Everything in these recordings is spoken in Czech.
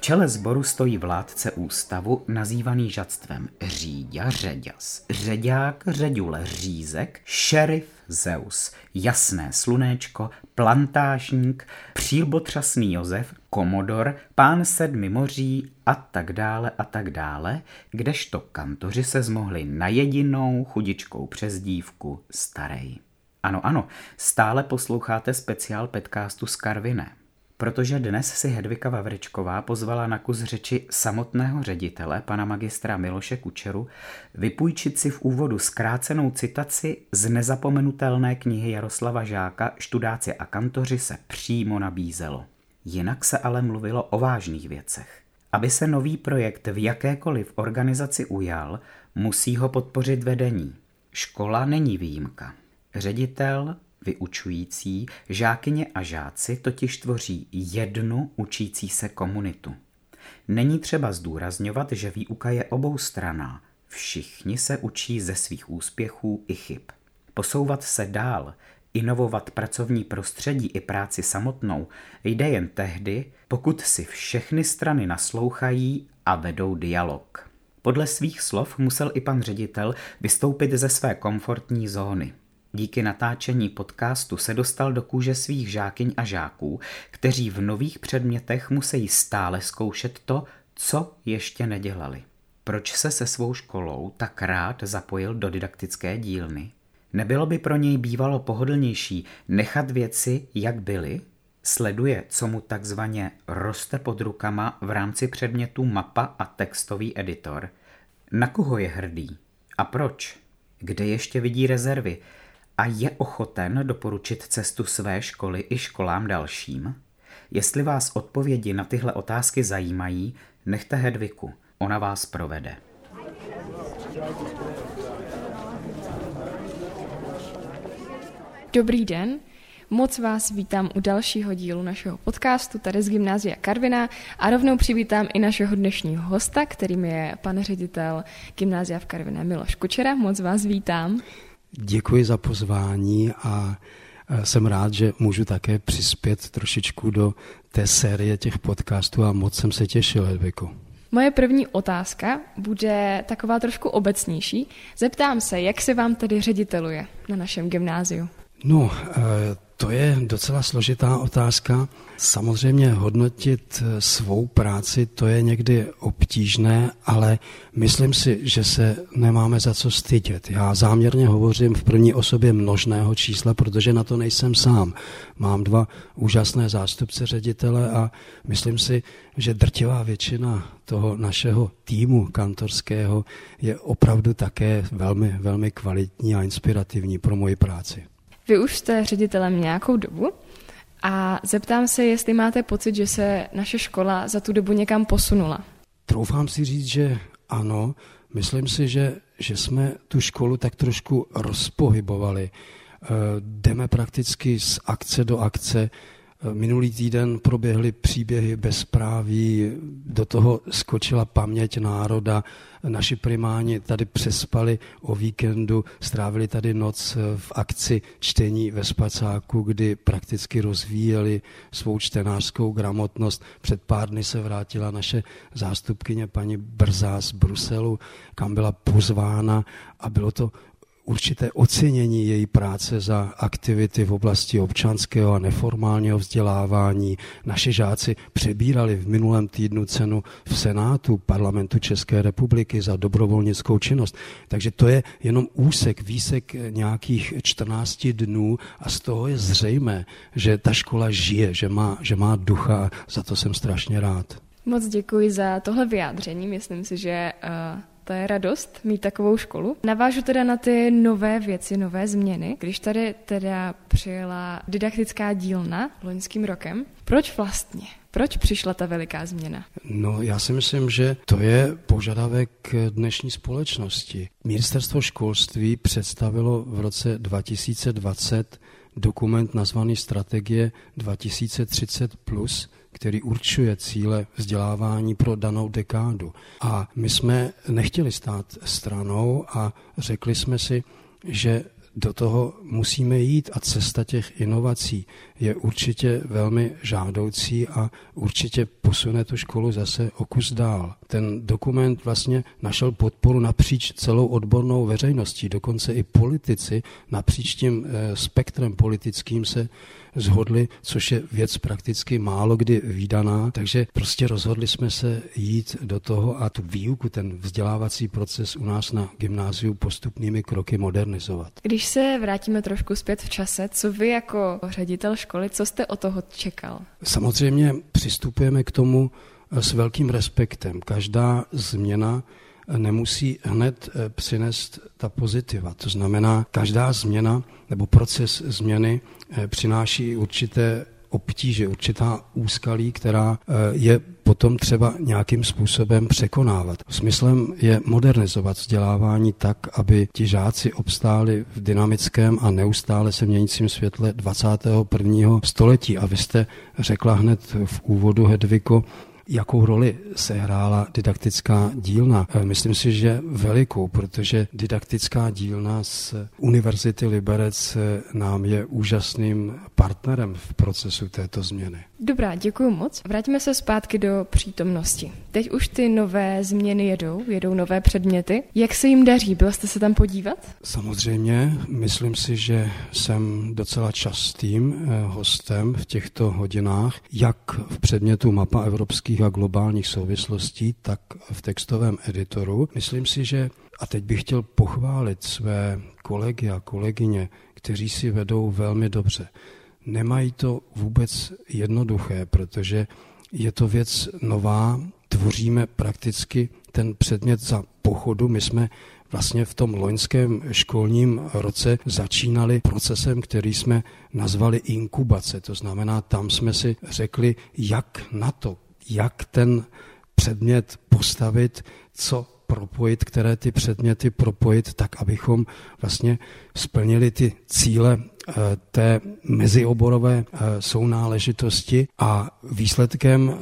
čele sboru stojí vládce ústavu nazývaný žadstvem Říďa, Řeďas, Řeďák, Řeďule, Řízek, Šerif, Zeus, Jasné slunéčko, Plantážník, Přílbotřasný Josef, Komodor, Pán sedmi moří a tak dále, kdežto kantoři se zmohli na jedinou chudičkou přezdívku Starej. Ano, stále posloucháte speciál podcastu z Karviné, protože dnes si Hedvika Vavričková pozvala na kus řeči samotného ředitele, pana magistra Miloše Kučeru, vypůjčit si v úvodu zkrácenou citaci z nezapomenutelné knihy Jaroslava Žáka Študáci a kantoři se přímo nabízelo. Jinak se ale mluvilo o vážných věcech. Aby se nový projekt v jakékoliv organizaci ujal, musí ho podpořit vedení. Škola není výjimka. Ředitel, vyučující, žákyně a žáci totiž tvoří jednu učící se komunitu. Není třeba zdůrazňovat, že výuka je oboustranná. Všichni se učí ze svých úspěchů i chyb. Posouvat se dál, inovovat pracovní prostředí i práci samotnou jde jen tehdy, pokud si všechny strany naslouchají a vedou dialog. Podle svých slov musel i pan ředitel vystoupit ze své komfortní zóny. Díky natáčení podcastu se dostal do kůže svých žákyň a žáků, kteří v nových předmětech musí stále zkoušet to, co ještě nedělali. Proč se svou školou tak rád zapojil do didaktické dílny? Nebylo by pro něj bývalo pohodlnější nechat věci, jak byly? Sleduje, co mu takzvaně roste pod rukama v rámci předmětů mapa a textový editor. Na koho je hrdý? A proč? Kde ještě vidí rezervy? A je ochoten doporučit cestu své školy i školám dalším? Jestli vás odpovědi na tyhle otázky zajímají, nechte Hedviku, ona vás provede. Dobrý den, moc vás vítám u dalšího dílu našeho podcastu tady z Gymnázia Karviná a rovnou přivítám i našeho dnešního hosta, kterým je pan ředitel Gymnázia v Karviné Miloš Kučera. Moc vás vítám. Děkuji za pozvání a jsem rád, že můžu také přispět trošičku do té série těch podcastů a moc jsem se těšil, Hedviko. Moje první otázka bude taková trošku obecnější. Zeptám se, jak se vám tedy řediteluje na našem gymnáziu? No, to je docela složitá otázka. Samozřejmě hodnotit svou práci, to je někdy obtížné, ale myslím si, že se nemáme za co stydět. Já záměrně hovořím v první osobě množného čísla, protože na to nejsem sám. Mám 2 úžasné zástupce ředitele a myslím si, že drtivá většina toho našeho týmu kantorského je opravdu také velmi, velmi kvalitní a inspirativní pro moji práci. Vy už jste ředitelem nějakou dobu a zeptám se, jestli máte pocit, že se naše škola za tu dobu někam posunula. Troufám si říct, že ano. Myslím si, že jsme tu školu tak trošku rozpohybovali. Jdeme prakticky z akce do akce. Minulý týden proběhly příběhy bezpráví, do toho skočila paměť národa. Naši primáni tady přespali o víkendu, strávili tady noc v akci čtení ve spacáku, kdy prakticky rozvíjeli svou čtenářskou gramotnost. Před pár dny se vrátila naše zástupkyně paní Brzá z Bruselu, kam byla pozvána a bylo to určité ocenění její práce za aktivity v oblasti občanského a neformálního vzdělávání. Naši žáci přebírali v minulém týdnu cenu v Senátu Parlamentu České republiky za dobrovolnickou činnost. Takže to je jenom výsek nějakých 14 dnů a z toho je zřejmé, že ta škola žije, že má ducha a za to jsem strašně rád. Moc děkuji za tohle vyjádření. Myslím si, že to je radost mít takovou školu. Navážu teda na ty nové věci, nové změny. Když tady teda přijela didaktická dílna loňským rokem, proč vlastně? Proč přišla ta veliká změna? No, já si myslím, že to je požadavek dnešní společnosti. Ministerstvo školství představilo v roce 2020 dokument nazvaný Strategie 2030+, který určuje cíle vzdělávání pro danou dekádu. A my jsme nechtěli stát stranou a řekli jsme si, že do toho musíme jít a cesta těch inovací je určitě velmi žádoucí a určitě posune tu školu zase o kus dál. Ten dokument vlastně našel podporu napříč celou odbornou veřejností, dokonce i politici napříč tím spektrem politickým se shodli, což je věc prakticky málo kdy vídaná, takže prostě rozhodli jsme se jít do toho a tu výuku, ten vzdělávací proces u nás na gymnáziu postupnými kroky modernizovat. Když se vrátíme trošku zpět v čase, co vy jako ředitel školy, co jste od toho čekal? Samozřejmě přistupujeme k tomu s velkým respektem. Každá změna nemusí hned přinést ta pozitiva. To znamená, každá změna nebo proces změny přináší určité obtíže, určitá úskalí, která je potom třeba nějakým způsobem překonávat. Smyslem je modernizovat vzdělávání tak, aby ti žáci obstáli v dynamickém a neustále se měnícím světle 21. století. A vy jste řekla hned v úvodu, Hedviko, jakou roli sehrála didaktická dílna. Myslím si, že velikou, protože didaktická dílna z Univerzity Liberec nám je úžasným partnerem v procesu této změny. Dobrá, děkuji moc. Vrátíme se zpátky do přítomnosti. Teď už ty nové změny jedou nové předměty. Jak se jim daří? Byla jste se tam podívat? Samozřejmě, myslím si, že jsem docela častým hostem v těchto hodinách, jak v předmětu Mapa evropských a globálních souvislostí, tak v textovém editoru. Myslím si, že, a teď bych chtěl pochválit své kolegy a kolegyně, kteří si vedou velmi dobře. Nemají to vůbec jednoduché, protože je to věc nová, tvoříme prakticky ten předmět za pochodu. My jsme vlastně v tom loňském školním roce začínali procesem, který jsme nazvali inkubace. To znamená, tam jsme si řekli, jak na to, jak ten předmět postavit, co propojit, které ty předměty propojit, tak abychom vlastně splnili ty cíle té mezioborové sounáležitosti a výsledkem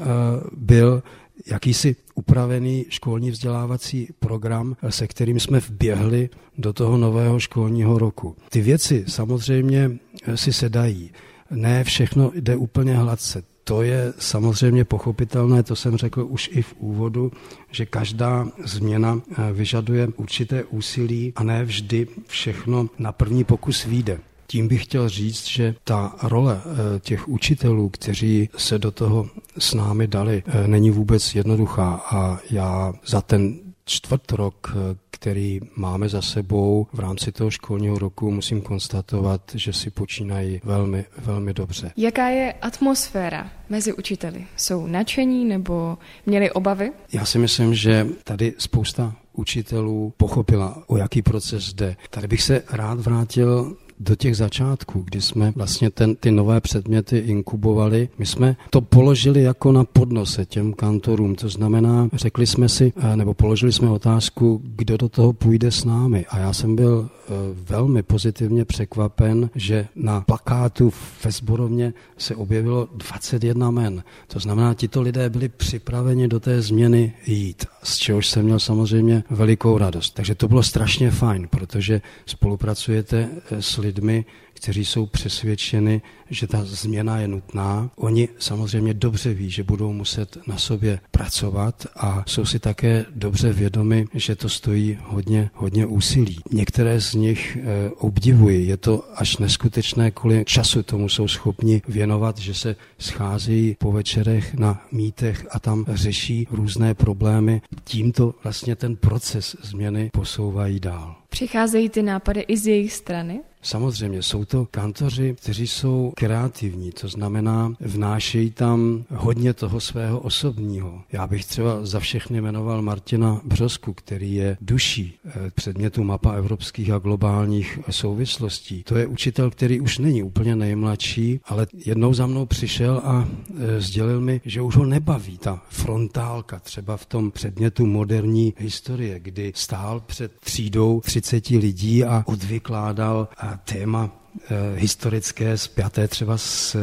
byl jakýsi upravený školní vzdělávací program, se kterým jsme vběhli do toho nového školního roku. Ty věci samozřejmě si sedají. Ne všechno jde úplně hladce. To je samozřejmě pochopitelné, to jsem řekl už i v úvodu, že každá změna vyžaduje určité úsilí a ne vždy všechno na první pokus vyjde. Tím bych chtěl říct, že ta role těch učitelů, kteří se do toho s námi dali, není vůbec jednoduchá a já za ten čtvrtrok, který máme za sebou v rámci toho školního roku, musím konstatovat, že si počínají velmi, velmi dobře. Jaká je atmosféra mezi učiteli? Jsou nadšení nebo měli obavy? Já si myslím, že tady spousta učitelů pochopila, o jaký proces jde. Tady bych se rád vrátil do těch začátků, kdy jsme vlastně ty nové předměty inkubovali. My jsme to položili jako na podnose těm kantorům, to znamená, řekli jsme si, nebo položili jsme otázku, kdo do toho půjde s námi. A já jsem byl velmi pozitivně překvapen, že na plakátu ve Zborovně se objevilo 21 men. To znamená, tito lidé byli připraveni do té změny jít, z čehož jsem měl samozřejmě velikou radost. Takže to bylo strašně fajn, protože spolupracujete s lidmi, kteří jsou přesvědčeni, že ta změna je nutná. Oni samozřejmě dobře ví, že budou muset na sobě pracovat a jsou si také dobře vědomi, že to stojí hodně úsilí. Některé z nich obdivuji, je to až neskutečné, kolik času tomu jsou schopni věnovat, že se scházejí po večerech na mítech a tam řeší různé problémy. Tímto vlastně ten proces změny posouvají dál. Přicházejí ty nápady i z jejich strany? Samozřejmě, jsou to kantoři, kteří jsou kreativní, to znamená, vnášejí tam hodně toho svého osobního. Já bych třeba za všechny jmenoval Martina Břosku, který je duší předmětu Mapa evropských a globálních souvislostí. To je učitel, který už není úplně nejmladší, ale jednou za mnou přišel a sdělil mi, že už ho nebaví ta frontálka, třeba v tom předmětu moderní historie, kdy stál před třídou 30 lidí a odvykládal téma historické spjaté třeba s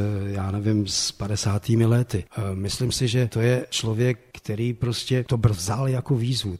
50. lety. Myslím si, že to je člověk, který prostě to vzal jako výzvu, tady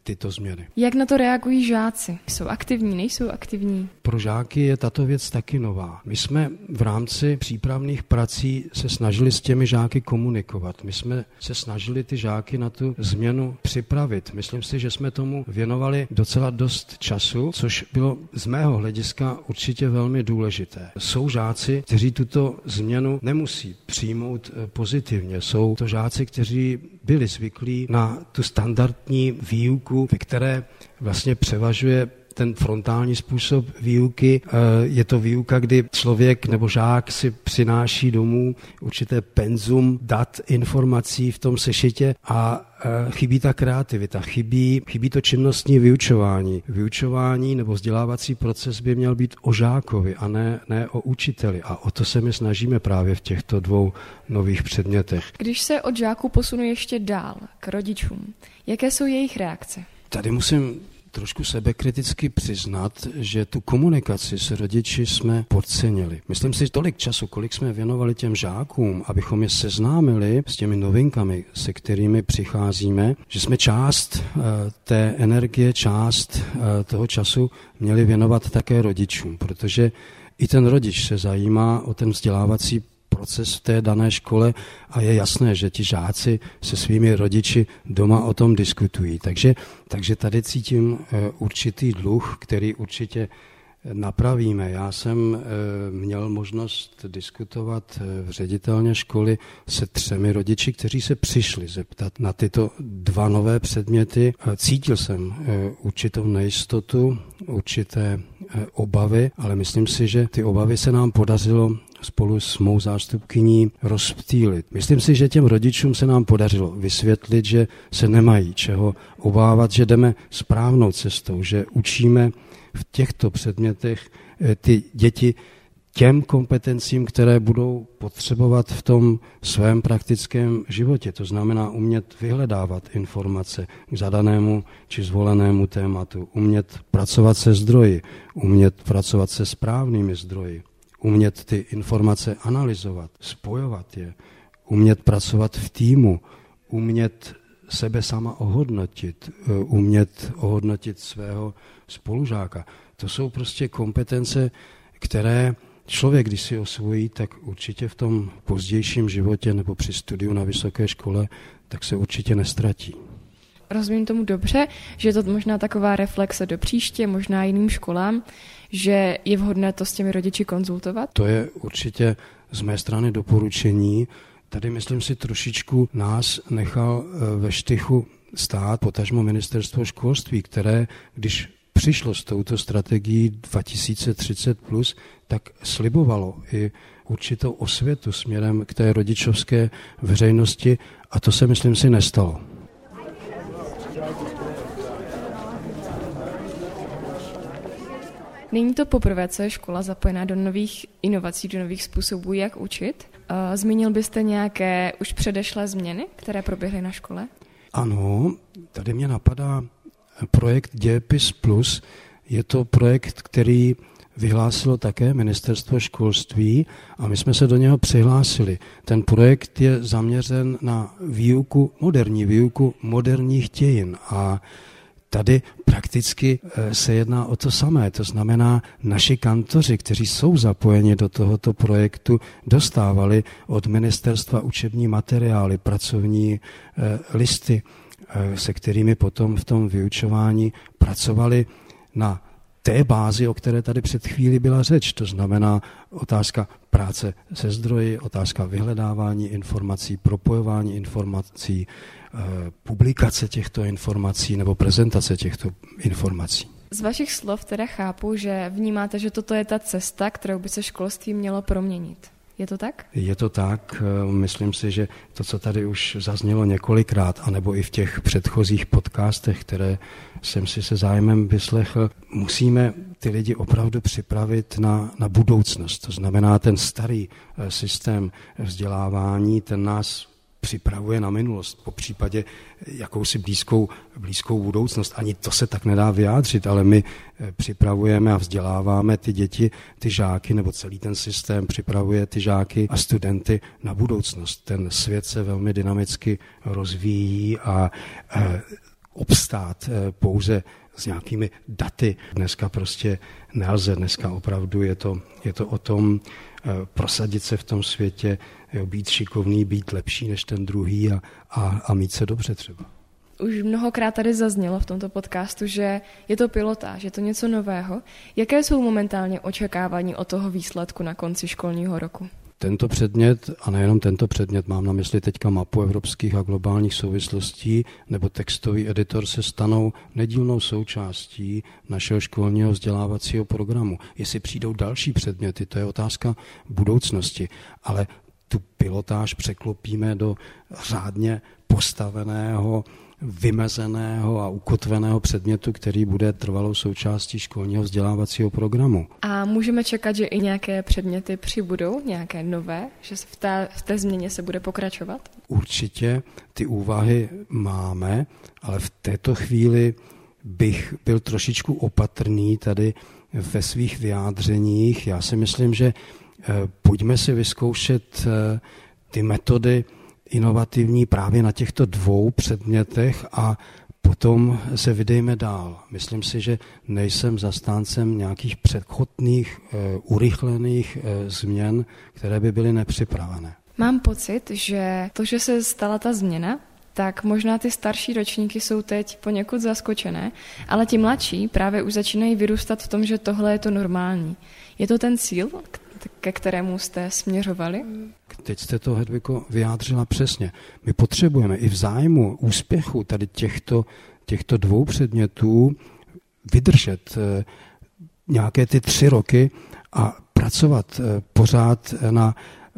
tyto změny. Jak na to reagují žáci? Jsou aktivní, nejsou aktivní? Pro žáky je tato věc taky nová. My jsme v rámci přípravných prací se snažili s těmi žáky komunikovat. My jsme se snažili ty žáky na tu změnu připravit. Myslím si, že jsme tomu věnovali docela dost času, což bylo z mého hlediska určitě velmi důležité. Jsou žáci, kteří tuto změnu nemusí přijmout pozitivně. Jsou to žáci, kteří byli zvyklí na tu standardní výuku, ve které vlastně převažuje ten frontální způsob výuky. Je to výuka, kdy člověk nebo žák si přináší domů určité penzum dat, informací v tom sešitě a chybí ta kreativita, chybí to činnostní vyučování. Vyučování nebo vzdělávací proces by měl být o žákovi a ne o učiteli. A o to se my snažíme právě v těchto dvou nových předmětech. Když se od žáků posunu ještě dál k rodičům, jaké jsou jejich reakce? Tady musím trošku sebekriticky přiznat, že tu komunikaci s rodiči jsme podcenili. Myslím si, že tolik času, kolik jsme věnovali těm žákům, abychom je seznámili s těmi novinkami, se kterými přicházíme, že jsme část té energie, část toho času měli věnovat také rodičům, protože i ten rodič se zajímá o ten vzdělávací proces v té dané škole a je jasné, že ti žáci se svými rodiči doma o tom diskutují. Takže tady cítím určitý dluh, který určitě napravíme. Já jsem měl možnost diskutovat v ředitelně školy se 3 rodiči, kteří se přišli zeptat na tyto 2 nové předměty. Cítil jsem určitou nejistotu, určité obavy, ale myslím si, že ty obavy se nám podařilo spolu s mou zástupkyní rozptýlit. Myslím si, že těm rodičům se nám podařilo vysvětlit, že se nemají čeho obávat, že jdeme správnou cestou, že učíme v těchto předmětech ty děti těm kompetencím, které budou potřebovat v tom svém praktickém životě. To znamená umět vyhledávat informace k zadanému či zvolenému tématu, umět pracovat se zdroji, umět pracovat se správnými zdroji, umět ty informace analyzovat, spojovat je, umět pracovat v týmu, umět sebe sama ohodnotit, umět ohodnotit svého spolužáka. To jsou prostě kompetence, které člověk, když si osvojí, tak určitě v tom pozdějším životě nebo při studiu na vysoké škole, tak se určitě nestratí. Rozumím tomu dobře, že je to možná taková reflexe do příště, možná jiným školám, že je vhodné to s těmi rodiči konzultovat? To je určitě z mé strany doporučení. Tady, myslím si, trošičku nás nechal ve štychu stát, potažmo ministerstvo školství, které, když přišlo s touto strategií 2030+, tak slibovalo i určitou osvětu směrem k té rodičovské veřejnosti a to se, myslím si, nestalo. Není to poprvé, co je škola zapojená do nových inovací, do nových způsobů, jak učit. Zmínil byste nějaké už předešlé změny, které proběhly na škole? Ano, tady mě napadá projekt Dějepis Plus. Je to projekt, který vyhlásilo také ministerstvo školství a my jsme se do něho přihlásili. Ten projekt je zaměřen na moderní výuku moderních dějin a tady prakticky se jedná o to samé, to znamená, naši kantoři, kteří jsou zapojeni do tohoto projektu, dostávali od ministerstva učební materiály, pracovní listy, se kterými potom v tom vyučování pracovali na té bázi, o které tady před chvíli byla řeč. To znamená otázka práce se zdroji, otázka vyhledávání informací, propojování informací, publikace těchto informací nebo prezentace těchto informací. Z vašich slov teda chápu, že vnímáte, že toto je ta cesta, kterou by se školství mělo proměnit. Je to tak? Je to tak. Myslím si, že to, co tady už zaznělo několikrát, anebo i v těch předchozích podcastech, které jsem si se zájmem vyslechl, musíme ty lidi opravdu připravit na budoucnost. To znamená, ten starý systém vzdělávání, ten nás připravuje na minulost, po případě jakousi blízkou budoucnost. Ani to se tak nedá vyjádřit, ale my připravujeme a vzděláváme ty děti, ty žáky, nebo celý ten systém připravuje ty žáky a studenty na budoucnost. Ten svět se velmi dynamicky rozvíjí a obstát pouze s nějakými daty. Dneska prostě nelze, dneska opravdu je to o tom prosadit se v tom světě, být šikovný, být lepší než ten druhý a mít se dobře třeba. Už mnohokrát tady zaznělo v tomto podcastu, že je to pilotáž, je to něco nového. Jaké jsou momentálně očekávání od toho výsledku na konci školního roku? Tento předmět, a nejenom tento předmět, mám na mysli teďka mapu evropských a globálních souvislostí, nebo textový editor se stanou nedílnou součástí našeho školního vzdělávacího programu. Jestli přijdou další předměty, to je otázka budoucnosti, ale tu pilotáž překlopíme do řádně postaveného, vymezeného a ukotveného předmětu, který bude trvalou součástí školního vzdělávacího programu. A můžeme čekat, že i nějaké předměty přibudou, nějaké nové, že v té změně se bude pokračovat? Určitě ty úvahy máme, ale v této chvíli bych byl trošičku opatrný tady ve svých vyjádřeních. Já si myslím, že pojďme si vyzkoušet ty metody inovativní právě na těchto dvou předmětech a potom se vydejme dál. Myslím si, že nejsem zastáncem nějakých přechodných, urychlených změn, které by byly nepřipravené. Mám pocit, že to, že se stala ta změna, tak možná ty starší ročníky jsou teď poněkud zaskočené, ale ti mladší právě už začínají vyrůstat v tom, že tohle je to normální. Je to ten cíl, ke kterému jste směřovali? Teď jste to, Hedviko, vyjádřila přesně. My potřebujeme i v zájmu úspěchu tady těchto dvou předmětů vydržet nějaké ty 3 roky a pracovat pořád na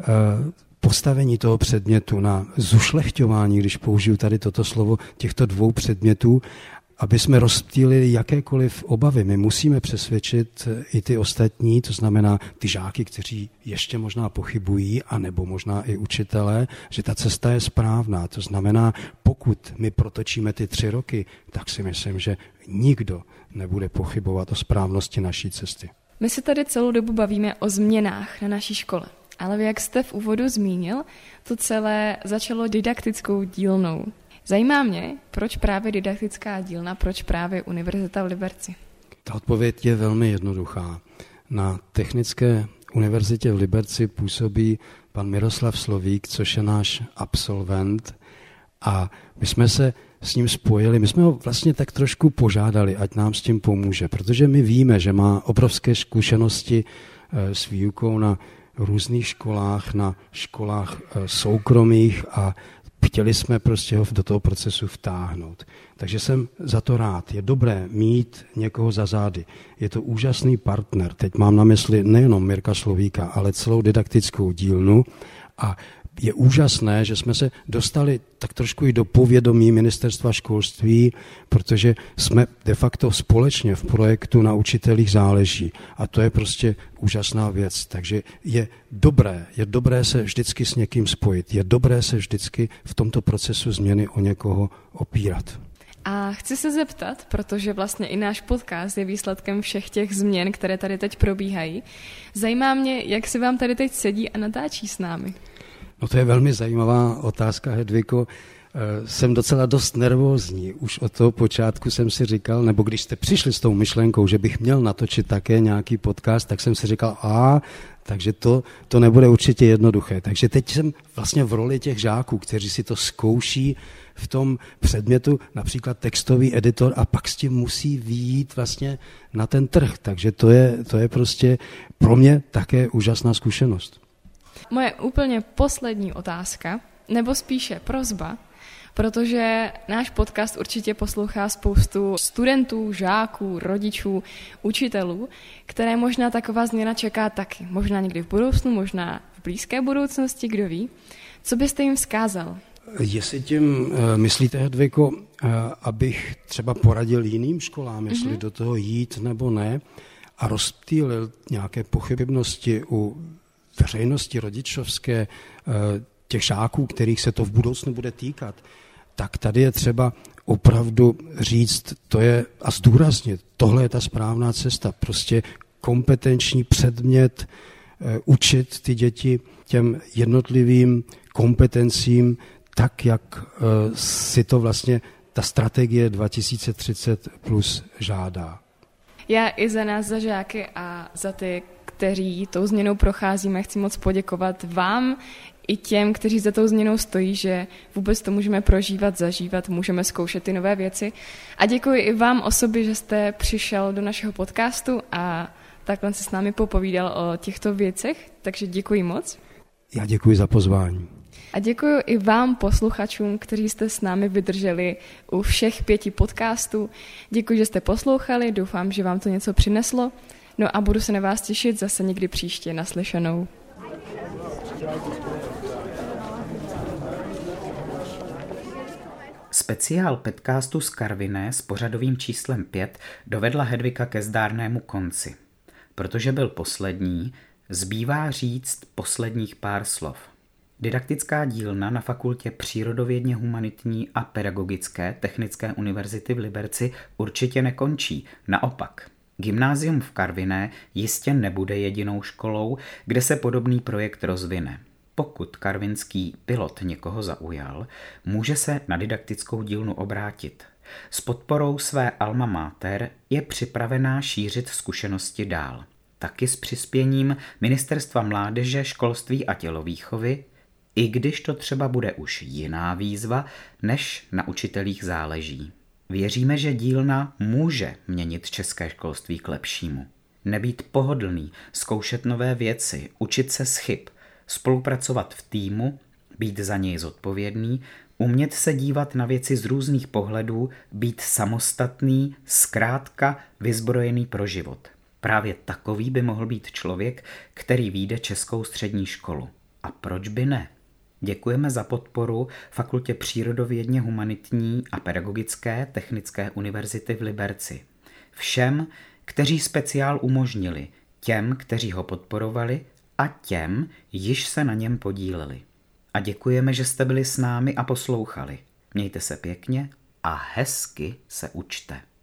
postavení toho předmětu, na zušlechťování, když použiju tady toto slovo, těchto dvou předmětů, aby jsme rozptýlili jakékoliv obavy. My musíme přesvědčit i ty ostatní, to znamená ty žáky, kteří ještě možná pochybují, anebo možná i učitelé, že ta cesta je správná. To znamená, pokud my protočíme ty 3 roky, tak si myslím, že nikdo nebude pochybovat o správnosti naší cesty. My se tady celou dobu bavíme o změnách na naší škole. Ale vy, jak jste v úvodu zmínil, to celé začalo didaktickou dílnou. Zajímá mě, proč právě didaktická dílna, proč právě Univerzita v Liberci? Ta odpověď je velmi jednoduchá. Na Technické univerzitě v Liberci působí pan Miroslav Slovík, což je náš absolvent, a my jsme se s ním spojili, my jsme ho vlastně tak trošku požádali, ať nám s tím pomůže, protože my víme, že má obrovské zkušenosti s výukou na různých školách, na školách soukromých a chtěli jsme prostě ho do toho procesu vtáhnout. Takže jsem za to rád. Je dobré mít někoho za zády. Je to úžasný partner. Teď mám na mysli nejenom Mirka Slovíka, ale celou didaktickou dílnu. A je úžasné, že jsme se dostali tak trošku i do povědomí Ministerstva školství, protože jsme de facto společně v projektu Na učitelích záleží. A to je prostě úžasná věc. Takže je dobré se vždycky s někým spojit. Je dobré se vždycky v tomto procesu změny o někoho opírat. A chci se zeptat, protože vlastně i náš podcast je výsledkem všech těch změn, které tady teď probíhají. Zajímá mě, jak se vám tady teď sedí a natáčí s námi. No to je velmi zajímavá otázka, Hedviko. Jsem docela dost nervózní. Už od toho počátku jsem si říkal, nebo když jste přišli s tou myšlenkou, že bych měl natočit také nějaký podcast, tak jsem si říkal, takže to nebude určitě jednoduché. Takže teď jsem vlastně v roli těch žáků, kteří si to zkouší v tom předmětu, například textový editor, a pak s tím musí vyjít vlastně na ten trh. Takže to je prostě pro mě také úžasná zkušenost. Moje úplně poslední otázka, nebo spíše prosba, protože náš podcast určitě poslouchá spoustu studentů, žáků, rodičů, učitelů, které možná taková změna čeká taky. Možná někdy v budoucnu, možná v blízké budoucnosti, kdo ví. Co byste jim vzkázal? Jestli tím myslíte, Hedviko, abych třeba poradil jiným školám, jestli do toho jít nebo ne, a rozptýlil nějaké pochybnosti u veřejnosti rodičovské, těch žáků, kterých se to v budoucnu bude týkat, tak tady je třeba opravdu říct, a zdůraznit, tohle je ta správná cesta. Prostě kompetenční předmět, učit ty děti těm jednotlivým kompetencím tak, jak si to vlastně ta strategie 2030 plus žádá. Já i za nás, za žáky a za ty, kteří tou změnou procházíme, chci moc poděkovat vám i těm, kteří za tou změnou stojí, že vůbec to můžeme prožívat, zažívat, můžeme zkoušet ty nové věci. A děkuji i vám osobě, že jste přišel do našeho podcastu a takhle se s námi popovídal o těchto věcech, takže děkuji moc. Já děkuji za pozvání. A děkuji i vám, posluchačům, kteří jste s námi vydrželi u všech 5 podcastů. Děkuji, že jste poslouchali, doufám, že vám to něco přineslo. No a budu se na vás těšit zase někdy příště. Naslyšenou. Speciál podcastu z Karviné s pořadovým číslem 5 dovedla Hedvika ke zdárnému konci. Protože byl poslední, zbývá říct posledních pár slov. Didaktická dílna na Fakultě přírodovědně humanitní a pedagogické Technické univerzity v Liberci určitě nekončí. Naopak, gymnázium v Karviné jistě nebude jedinou školou, kde se podobný projekt rozvine. Pokud karvinský pilot někoho zaujal, může se na didaktickou dílnu obrátit. S podporou své alma mater je připravená šířit zkušenosti dál. Taky s přispěním Ministerstva mládeže, školství a tělovýchovy, i když to třeba bude už jiná výzva, než na učitelích záleží. Věříme, že dílna může měnit české školství k lepšímu. Nebýt pohodlný, zkoušet nové věci, učit se z chyb, spolupracovat v týmu, být za něj zodpovědný, umět se dívat na věci z různých pohledů, být samostatný, zkrátka vyzbrojený pro život. Právě takový by mohl být člověk, který vyjde českou střední školu. A proč by ne? Děkujeme za podporu Fakultě přírodovědně humanitní a pedagogické Technické univerzity v Liberci. Všem, kteří speciál umožnili, těm, kteří ho podporovali a těm, již se na něm podíleli. A děkujeme, že jste byli s námi a poslouchali. Mějte se pěkně a hezky se učte.